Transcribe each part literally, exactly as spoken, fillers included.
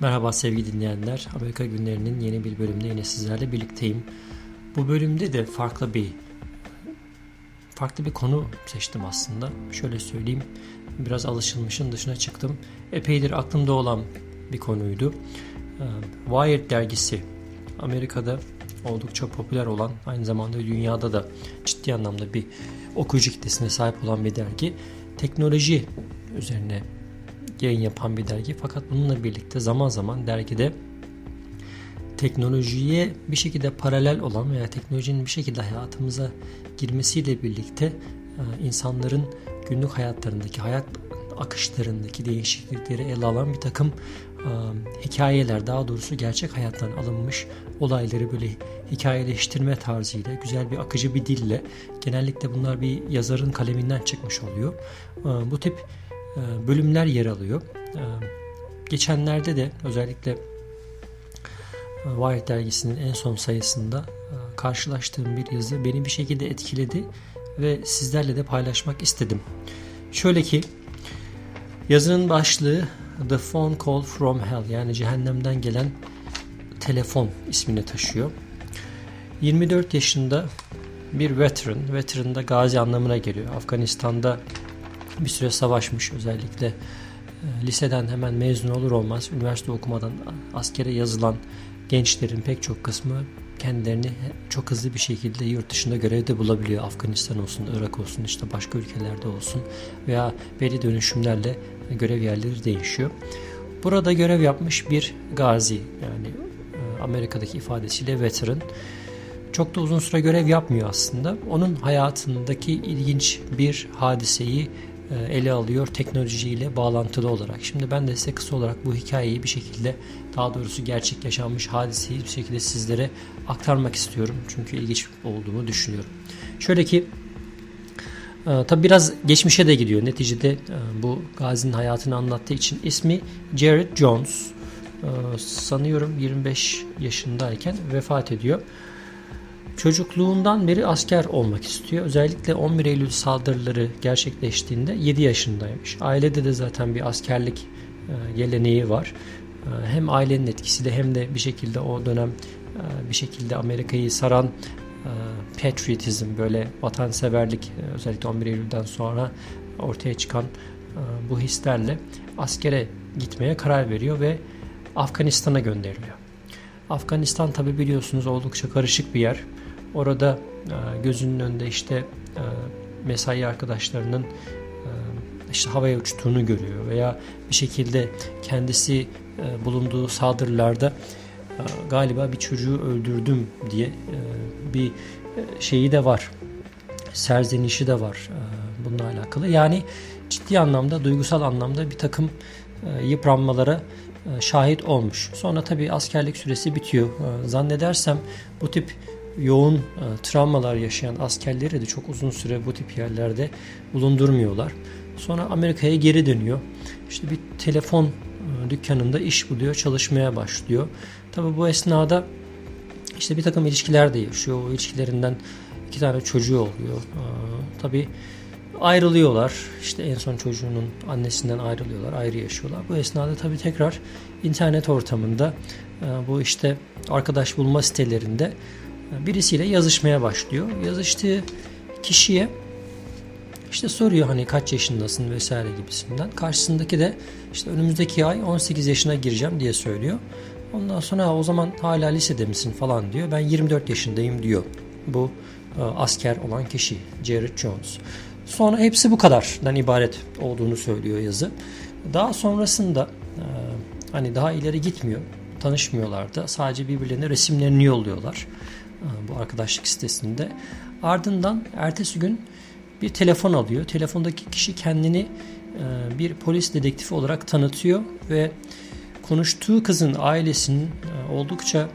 Merhaba sevgili dinleyenler. Amerika Günleri'nin yeni bir bölümünde yine sizlerle birlikteyim. Bu bölümde de farklı bir farklı bir konu seçtim aslında. Şöyle söyleyeyim, biraz alışılmışın dışına çıktım. Epeydir aklımda olan bir konuydu. Wired dergisi, Amerika'da oldukça popüler olan, aynı zamanda dünyada da ciddi anlamda bir okuyucu kitlesine sahip olan bir dergi. Teknoloji üzerine yayın yapan bir dergi, fakat bununla birlikte zaman zaman dergide teknolojiye bir şekilde paralel olan veya teknolojinin bir şekilde hayatımıza girmesiyle birlikte insanların günlük hayatlarındaki, hayat akışlarındaki değişiklikleri ele alan bir takım hikayeler, daha doğrusu gerçek hayattan alınmış olayları böyle hikayeleştirme tarzıyla, güzel bir akıcı bir dille, genellikle bunlar bir yazarın kaleminden çıkmış oluyor. Bu tip bölümler yer alıyor. Geçenlerde de özellikle Wired dergisinin en son sayısında karşılaştığım bir yazı beni bir şekilde etkiledi ve sizlerle de paylaşmak istedim. Şöyle ki, yazının başlığı The Phone Call from Hell, yani cehennemden gelen telefon ismini taşıyor. yirmi dört yaşında bir veteran, veteran da gazi anlamına geliyor. Afganistan'da bir süre savaşmış, özellikle e, liseden hemen mezun olur olmaz üniversite okumadan askere yazılan gençlerin pek çok kısmı kendilerini çok hızlı bir şekilde yurt dışında görevde bulabiliyor. Afganistan olsun, Irak olsun, işte başka ülkelerde olsun veya belli dönüşümlerle görev yerleri değişiyor. Burada görev yapmış bir gazi, yani e, Amerika'daki ifadesiyle veteran. Çok da uzun süre görev yapmıyor aslında. Onun hayatındaki ilginç bir hadiseyi ele alıyor teknolojiyle bağlantılı olarak. Şimdi ben de size kısa olarak bu hikayeyi bir şekilde, daha doğrusu gerçek yaşanmış hadiseyi bir şekilde sizlere aktarmak istiyorum. Çünkü ilginç olduğunu düşünüyorum. Şöyle ki, tabi biraz geçmişe de gidiyor. Neticede bu gazinin hayatını anlattığı için ismi Jared Jones. Sanıyorum yirmi beş yaşındayken vefat ediyor. Çocukluğundan beri asker olmak istiyor. Özellikle on bir Eylül saldırıları gerçekleştiğinde yedi yaşındaymış. Ailede de zaten bir askerlik geleneği var. Hem ailenin etkisiyle hem de bir şekilde o dönem bir şekilde Amerika'yı saran patriotizm, böyle vatanseverlik, özellikle on bir Eylül'den sonra ortaya çıkan bu hislerle askere gitmeye karar veriyor ve Afganistan'a gönderiliyor. Afganistan tabi biliyorsunuz oldukça karışık bir yer. Orada gözünün önünde işte mesai arkadaşlarının işte havaya uçtuğunu görüyor veya bir şekilde kendisi bulunduğu saldırılarda galiba bir çocuğu öldürdüm diye bir şeyi de var. Serzenişi de var bununla alakalı. Yani ciddi anlamda, duygusal anlamda bir takım yıpranmalara şahit olmuş. Sonra tabii askerlik süresi bitiyor. Zannedersem bu tip yoğun travmalar yaşayan askerleri de çok uzun süre bu tip yerlerde bulundurmuyorlar. Sonra Amerika'ya geri dönüyor. İşte bir telefon dükkanında iş buluyor, çalışmaya başlıyor. Tabii bu esnada işte bir takım ilişkiler de yaşıyor. O ilişkilerinden iki tane çocuğu oluyor. Tabii ayrılıyorlar. İşte en son çocuğunun annesinden ayrılıyorlar. Ayrı yaşıyorlar. Bu esnada tabii tekrar internet ortamında bu işte arkadaş bulma sitelerinde birisiyle yazışmaya başlıyor. Yazıştığı kişiye işte soruyor, hani kaç yaşındasın vesaire gibisinden. Karşısındaki de işte önümüzdeki ay on sekiz yaşına gireceğim diye söylüyor. Ondan sonra o zaman hala lisede misin falan diyor. Ben yirmi dört yaşındayım diyor. Bu asker olan kişi Jared Jones. Sonra hepsi bu kadardan ibaret olduğunu söylüyor yazı. Daha sonrasında hani daha ileri gitmiyor. Tanışmıyorlar da. Sadece birbirlerine resimlerini yolluyorlar bu arkadaşlık sitesinde. Ardından ertesi gün bir telefon alıyor. Telefondaki kişi kendini bir polis dedektifi olarak tanıtıyor ve konuştuğu kızın ailesinin oldukça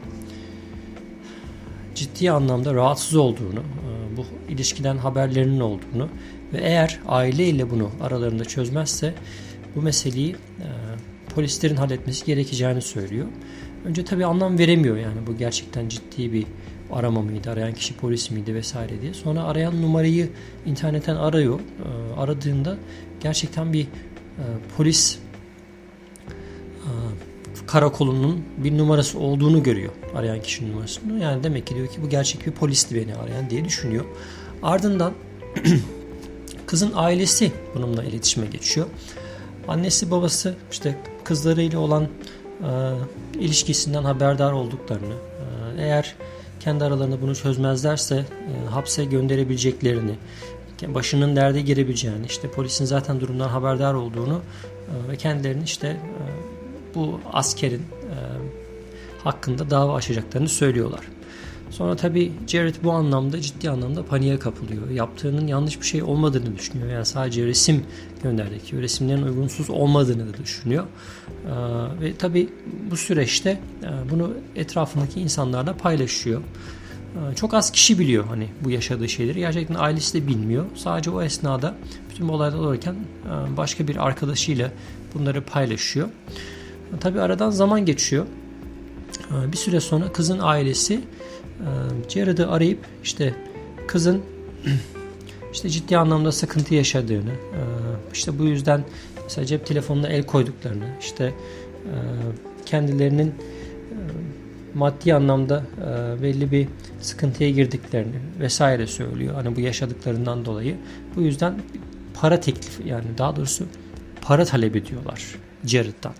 ciddi anlamda rahatsız olduğunu, bu ilişkiden haberlerinin olduğunu ve eğer aileyle bunu aralarında çözmezse bu meseleyi polislerin halletmesi gerekeceğini söylüyor. Önce tabii anlam veremiyor, yani bu gerçekten ciddi bir arama mıydı, arayan kişi polis miydi vesaire diye. Sonra arayan numarayı internetten arıyor. Aradığında gerçekten bir polis karakolunun bir numarası olduğunu görüyor. Arayan kişinin numarasını. Yani demek ki diyor ki bu gerçek bir polisti beni arayan diye düşünüyor. Ardından kızın ailesi bununla iletişime geçiyor. Annesi babası işte kızlarıyla olan e, ilişkisinden haberdar olduklarını, e, eğer kendi aralarında bunu çözmezlerse e, hapse gönderebileceklerini, başının derde girebileceğini, işte polisin zaten durumdan haberdar olduğunu e, ve kendilerini işte e, bu askerin e, hakkında dava açacaklarını söylüyorlar. Sonra tabii Jared bu anlamda ciddi anlamda paniğe kapılıyor. Yaptığının yanlış bir şey olmadığını düşünüyor. Yani sadece resim gönderdik. Resimlerin uygunsuz olmadığını da düşünüyor. Ee, ve tabii bu süreçte e, bunu etrafındaki insanlarla paylaşıyor. Ee, çok az kişi biliyor hani bu yaşadığı şeyleri. Gerçekten ailesi de bilmiyor. Sadece o esnada bütün bu olaylar olurken e, başka bir arkadaşıyla bunları paylaşıyor. E, tabii aradan zaman geçiyor. E, bir süre sonra kızın ailesi Jared'ı arayıp işte kızın işte ciddi anlamda sıkıntı yaşadığını, işte bu yüzden mesela cep telefonuna el koyduklarını, işte kendilerinin maddi anlamda belli bir sıkıntıya girdiklerini vesaire söylüyor. Hani bu yaşadıklarından dolayı. Bu yüzden para teklifi, yani daha doğrusu para talep ediyorlar Jared'dan.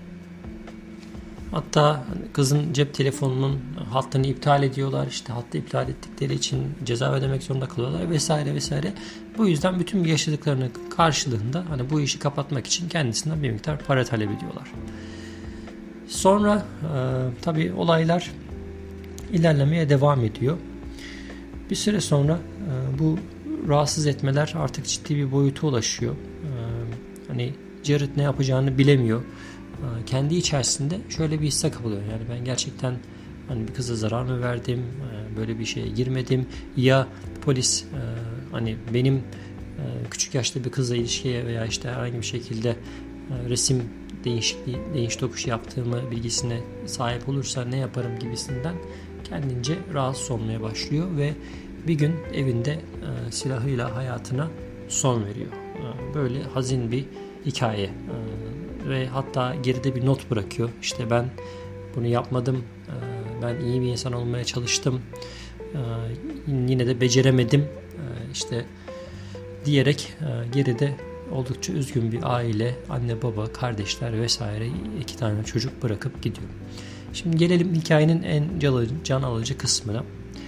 Hatta kızın cep telefonunun hattını iptal ediyorlar. İşte hattı iptal ettikleri için ceza ödemek zorunda kalıyorlar vesaire vesaire. Bu yüzden bütün yaşadıklarının karşılığında hani bu işi kapatmak için kendisinden bir miktar para talep ediyorlar. Sonra e, tabii olaylar ilerlemeye devam ediyor. Bir süre sonra e, bu rahatsız etmeler artık ciddi bir boyuta ulaşıyor. E, hani Jared ne yapacağını bilemiyor. Kendi içerisinde şöyle bir hisse kapılıyor. Yani ben gerçekten hani bir kıza zarar mı verdim, böyle bir şeye girmedim, ya polis hani benim küçük yaşta bir kızla ilişkiye veya işte herhangi bir şekilde resim değişikliği, değiş tokuş yaptığımı bilgisine sahip olursa ne yaparım gibisinden kendince rahatsız olmaya başlıyor ve bir gün evinde silahıyla hayatına son veriyor. Böyle hazin bir hikaye. Ve hatta geride bir not bırakıyor. İşte ben bunu yapmadım, ben iyi bir insan olmaya çalıştım, yine de beceremedim işte diyerek geride oldukça üzgün bir aile, anne baba, kardeşler vesaire iki tane çocuk bırakıp gidiyor. Şimdi gelelim hikayenin en can alıcı kısmına.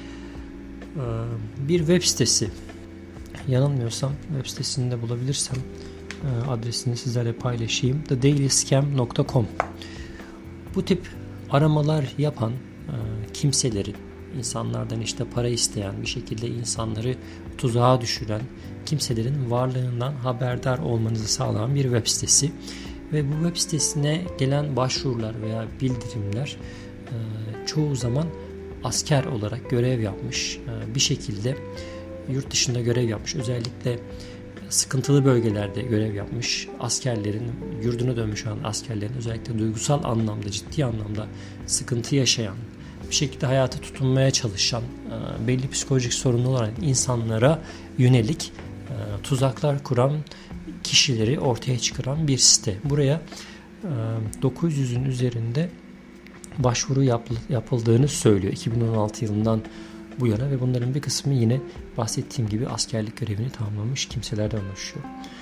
Bir web sitesi, yanılmıyorsam web sitesini de bulabilirsem adresini sizlerle paylaşayım. the daily scam nokta com. Bu tip aramalar yapan kimselerin, insanlardan işte para isteyen, bir şekilde insanları tuzağa düşüren kimselerin varlığından haberdar olmanızı sağlayan bir web sitesi. Ve bu web sitesine gelen başvurular veya bildirimler çoğu zaman asker olarak görev yapmış, bir şekilde yurt dışında görev yapmış, özellikle sıkıntılı bölgelerde görev yapmış askerlerin, yurduna dönmüş olan askerlerin, özellikle duygusal anlamda, ciddi anlamda sıkıntı yaşayan, bir şekilde hayata tutunmaya çalışan, belli psikolojik sorunlu olan insanlara yönelik tuzaklar kuran kişileri ortaya çıkaran bir site. Buraya dokuz yüzün üzerinde başvuru yapıldığını söylüyor iki bin on altı yılından bu yana ve bunların bir kısmı yine bahsettiğim gibi askerlik görevini tamamlamış kimselerden oluşuyor.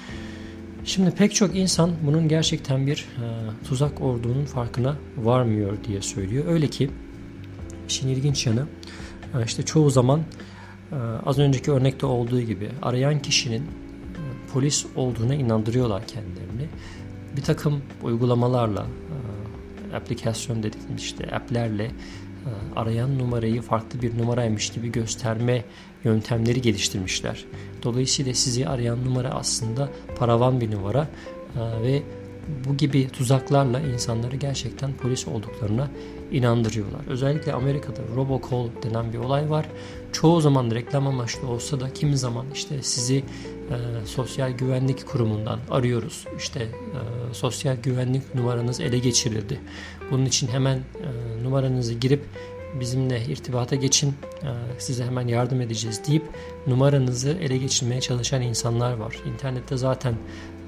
Şimdi pek çok insan bunun gerçekten bir e, tuzak olduğunun farkına varmıyor diye söylüyor. Öyle ki işin ilginç yanı e, işte çoğu zaman e, az önceki örnekte olduğu gibi arayan kişinin e, polis olduğuna inandırıyorlar kendilerini. Bir takım uygulamalarla, e, aplikasyon dediğimiz işte app'lerle arayan numarayı farklı bir numaraymış gibi gösterme yöntemleri geliştirmişler. Dolayısıyla sizi arayan numara aslında paravan bir numara ve bu gibi tuzaklarla insanları gerçekten polis olduklarına inandırıyorlar. Özellikle Amerika'da robocall denen bir olay var. Çoğu zaman reklam amaçlı olsa da kimi zaman işte sizi e, sosyal güvenlik kurumundan arıyoruz. İşte e, sosyal güvenlik numaranız ele geçirildi. Bunun için hemen e, numaranızı girip bizimle irtibata geçin, e, size hemen yardım edeceğiz deyip numaranızı ele geçirmeye çalışan insanlar var. İnternette zaten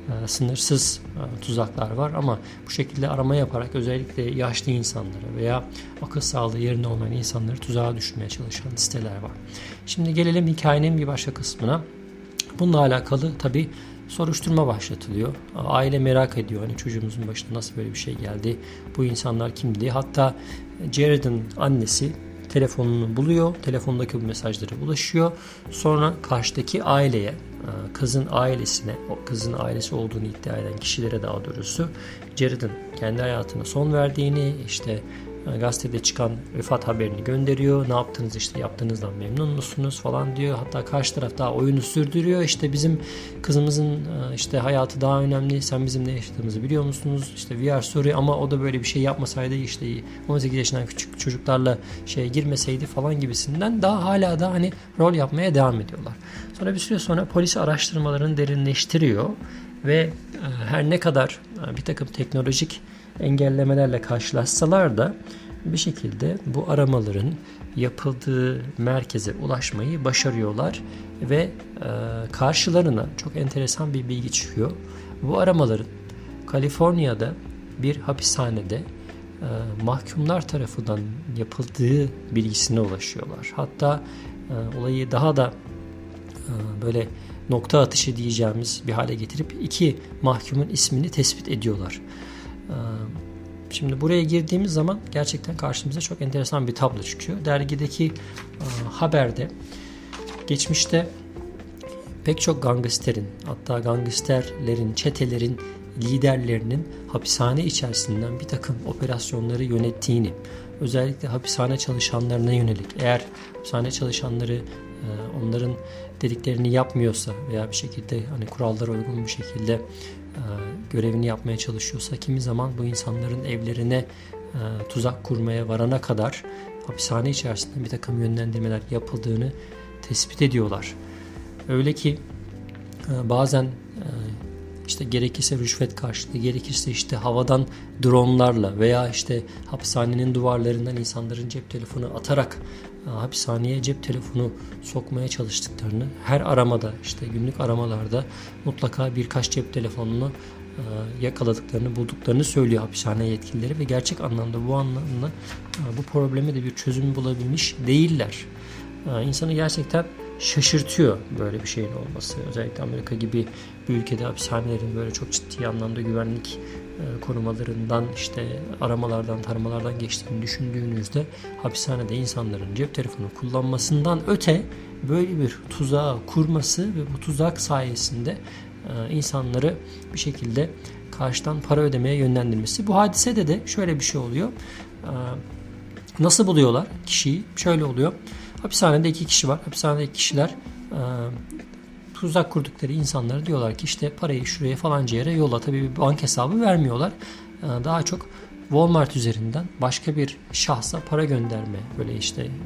e, sınırsız e, tuzaklar var ama bu şekilde arama yaparak özellikle yaşlı insanları veya akıl sağlığı yerinde olmayan insanları tuzağa düşürmeye çalışan siteler var. Şimdi gelelim hikayenin bir başka kısmına. Bununla alakalı tabii soruşturma başlatılıyor. Aile merak ediyor. Hani çocuğumuzun başına nasıl böyle bir şey geldi? Bu insanlar kimdi? Hatta Jared'in annesi telefonunu buluyor. Telefondaki bu mesajlara ulaşıyor. Sonra karşıdaki aileye, kızın ailesine, o kızın ailesi olduğunu iddia eden kişilere daha doğrusu Jared'in kendi hayatına son verdiğini, işte gazetede çıkan vefat haberini gönderiyor. Ne yaptınız, işte yaptığınızdan memnun musunuz falan diyor. Hatta karşı taraf daha oyunu sürdürüyor. İşte bizim kızımızın işte hayatı daha önemli. Sen bizim ne yaşadığımızı biliyor musunuz? İşte we are sorry ama o da böyle bir şey yapmasaydı, işte on sekiz yaşından küçük çocuklarla şeye girmeseydi falan gibisinden daha hala da hani rol yapmaya devam ediyorlar. Sonra bir süre sonra polis araştırmalarını derinleştiriyor ve her ne kadar bir takım teknolojik engellemelerle karşılaşsalar da bir şekilde bu aramaların yapıldığı merkeze ulaşmayı başarıyorlar ve e, karşılarına çok enteresan bir bilgi çıkıyor. Bu aramaların Kaliforniya'da bir hapishanede e, mahkumlar tarafından yapıldığı bilgisine ulaşıyorlar. Hatta e, olayı daha da e, böyle nokta atışı diyeceğimiz bir hale getirip iki mahkumun ismini tespit ediyorlar. Şimdi buraya girdiğimiz zaman gerçekten karşımıza çok enteresan bir tablo çıkıyor. Dergideki haberde geçmişte pek çok gangsterin, hatta gangsterlerin, çetelerin liderlerinin hapishane içerisinden bir takım operasyonları yönettiğini, özellikle hapishane çalışanlarına yönelik, eğer hapishane çalışanları onların dediklerini yapmıyorsa veya bir şekilde hani kurallara uygun bir şekilde görevini yapmaya çalışıyorsa, kimi zaman bu insanların evlerine tuzak kurmaya varana kadar hapishane içerisinde bir takım yönlendirmeler yapıldığını tespit ediyorlar. Öyle ki bazen işte gerekirse rüşvet karşılığı, gerekirse işte havadan dronlarla veya işte hapishanenin duvarlarından insanların cep telefonu atarak hapishaneye cep telefonu sokmaya çalıştıklarını, her aramada, işte günlük aramalarda mutlaka birkaç cep telefonunu yakaladıklarını, bulduklarını söylüyor hapishane yetkilileri ve gerçek anlamda bu anlamda bu probleme de bir çözüm bulabilmiş değiller. İnsanı gerçekten şaşırtıyor böyle bir şeyin olması. Özellikle Amerika gibi bir ülkede hapishanelerin böyle çok ciddi anlamda güvenlik korumalarından, işte aramalardan, taramalardan geçtiğini düşündüğünüzde hapishanede insanların cep telefonu kullanmasından öte böyle bir tuzağı kurması ve bu tuzak sayesinde insanları bir şekilde karşıdan para ödemeye yönlendirmesi. Bu hadisede de şöyle bir şey oluyor. Nasıl buluyorlar kişiyi? Şöyle oluyor. Hapishanede iki kişi var. Hapishanedeki kişiler e, tuzak kurdukları insanlara diyorlar ki işte parayı şuraya falanca yere yolla. Tabii bir bank hesabı vermiyorlar. E, daha çok Walmart üzerinden başka bir şahsa para gönderme, böyle işte e,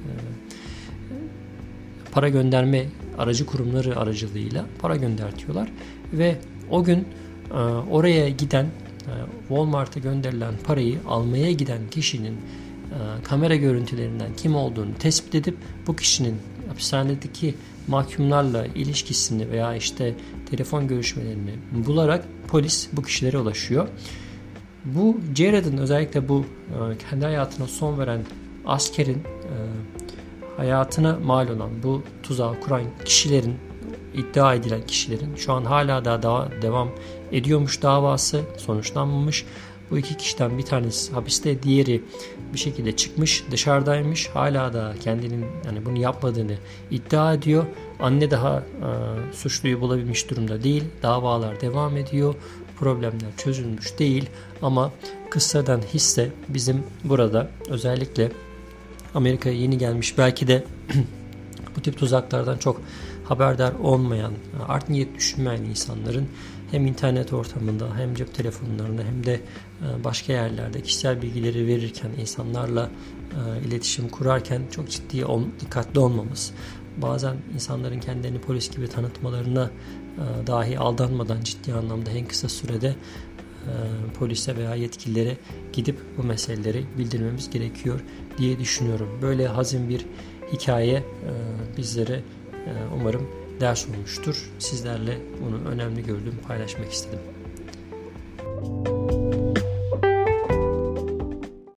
para gönderme aracı kurumları aracılığıyla para göndertiyorlar ve o gün e, oraya giden, e, Walmart'a gönderilen parayı almaya giden kişinin kamera görüntülerinden kim olduğunu tespit edip bu kişinin hapishanedeki mahkumlarla ilişkisini veya işte telefon görüşmelerini bularak polis bu kişilere ulaşıyor. Bu Jared'in, özellikle bu kendi hayatına son veren askerin hayatına mal olan bu tuzağı kuran kişilerin, iddia edilen kişilerin şu an hala daha devam ediyormuş davası, sonuçlanmamış. Bu iki kişiden bir tanesi hapiste, diğeri bir şekilde çıkmış, dışarıdaymış. Hala da kendinin yani bunu yapmadığını iddia ediyor. Anne daha e, suçluyu bulabilmiş durumda değil. Davalar devam ediyor. Problemler çözülmüş değil. Ama kıssadan hisse bizim burada özellikle Amerika'ya yeni gelmiş, belki de bu tip tuzaklardan çok haberdar olmayan, art niyet düşünmeyen insanların hem internet ortamında hem cep telefonlarında hem de başka yerlerde kişisel bilgileri verirken, insanlarla iletişim kurarken çok ciddi dikkatli olmamız, bazen insanların kendilerini polis gibi tanıtmalarına dahi aldanmadan ciddi anlamda en kısa sürede polise veya yetkililere gidip bu meseleleri bildirmemiz gerekiyor diye düşünüyorum. Böyle hazin bir hikaye bizlere umarım ders olmuştur. Sizlerle bunu önemli gördüğümü paylaşmak istedim.